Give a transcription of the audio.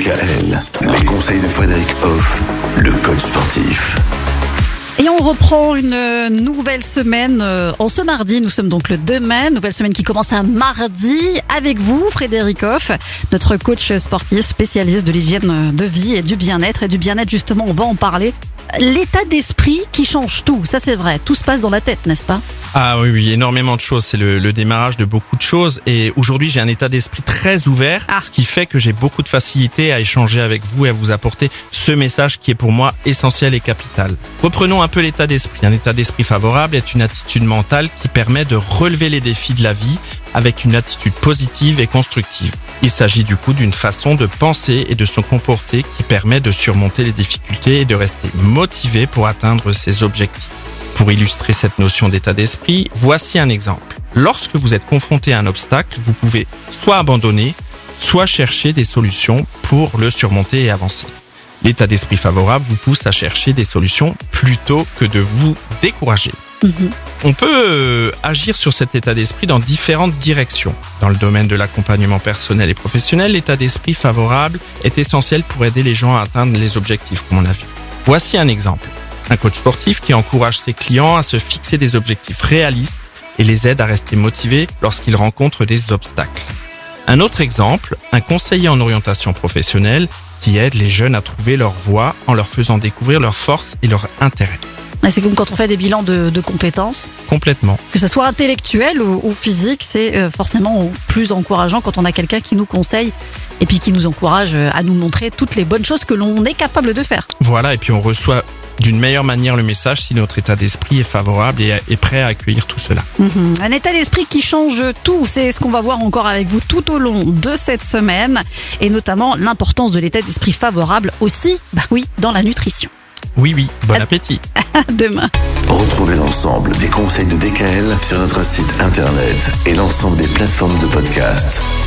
DKL, les conseils de Frédéric Hoff, le coach sportif. Et on reprend une nouvelle semaine en ce mardi. Nous sommes donc le 2 mai, nouvelle semaine qui commence un mardi avec vous, Frédéric Hoff, notre coach sportif spécialiste de l'hygiène de vie et du bien-être. Et du bien-être, justement, on va en parler. L'état d'esprit qui change tout, ça c'est vrai. Tout se passe dans la tête, n'est-ce pas ? Ah oui, énormément de choses. C'est le démarrage de beaucoup de choses. Et aujourd'hui, j'ai un état d'esprit très ouvert, ce qui fait que j'ai beaucoup de facilité à échanger avec vous et à vous apporter ce message qui est pour moi essentiel et capital. Reprenons un peu l'état d'esprit. Un état d'esprit favorable est une attitude mentale qui permet de relever les défis de la vie avec une attitude positive et constructive. Il s'agit du coup d'une façon de penser et de se comporter qui permet de surmonter les difficultés et de rester motivé pour atteindre ses objectifs. Pour illustrer cette notion d'état d'esprit, voici un exemple. Lorsque vous êtes confronté à un obstacle, vous pouvez soit abandonner, soit chercher des solutions pour le surmonter et avancer. L'état d'esprit favorable vous pousse à chercher des solutions plutôt que de vous décourager. On peut agir sur cet état d'esprit dans différentes directions. Dans le domaine de l'accompagnement personnel et professionnel, l'état d'esprit favorable est essentiel pour aider les gens à atteindre les objectifs, comme on a vu. Voici un exemple. Un coach sportif qui encourage ses clients à se fixer des objectifs réalistes et les aide à rester motivés lorsqu'ils rencontrent des obstacles. Un autre exemple, un conseiller en orientation professionnelle qui aide les jeunes à trouver leur voie en leur faisant découvrir leurs forces et leurs intérêts. C'est comme quand on fait des bilans de compétences. Complètement. Que ce soit intellectuel ou physique, c'est forcément plus encourageant quand on a quelqu'un qui nous conseille et puis qui nous encourage à nous montrer toutes les bonnes choses que l'on est capable de faire. Voilà, et puis on reçoit d'une meilleure manière le message si notre état d'esprit est favorable et est prêt à accueillir tout cela. Un état d'esprit qui change tout, c'est ce qu'on va voir encore avec vous tout au long de cette semaine et notamment l'importance de l'état d'esprit favorable aussi, dans la nutrition. Oui, bon appétit. À demain. Retrouvez l'ensemble des conseils de DKL sur notre site internet et l'ensemble des plateformes de podcast.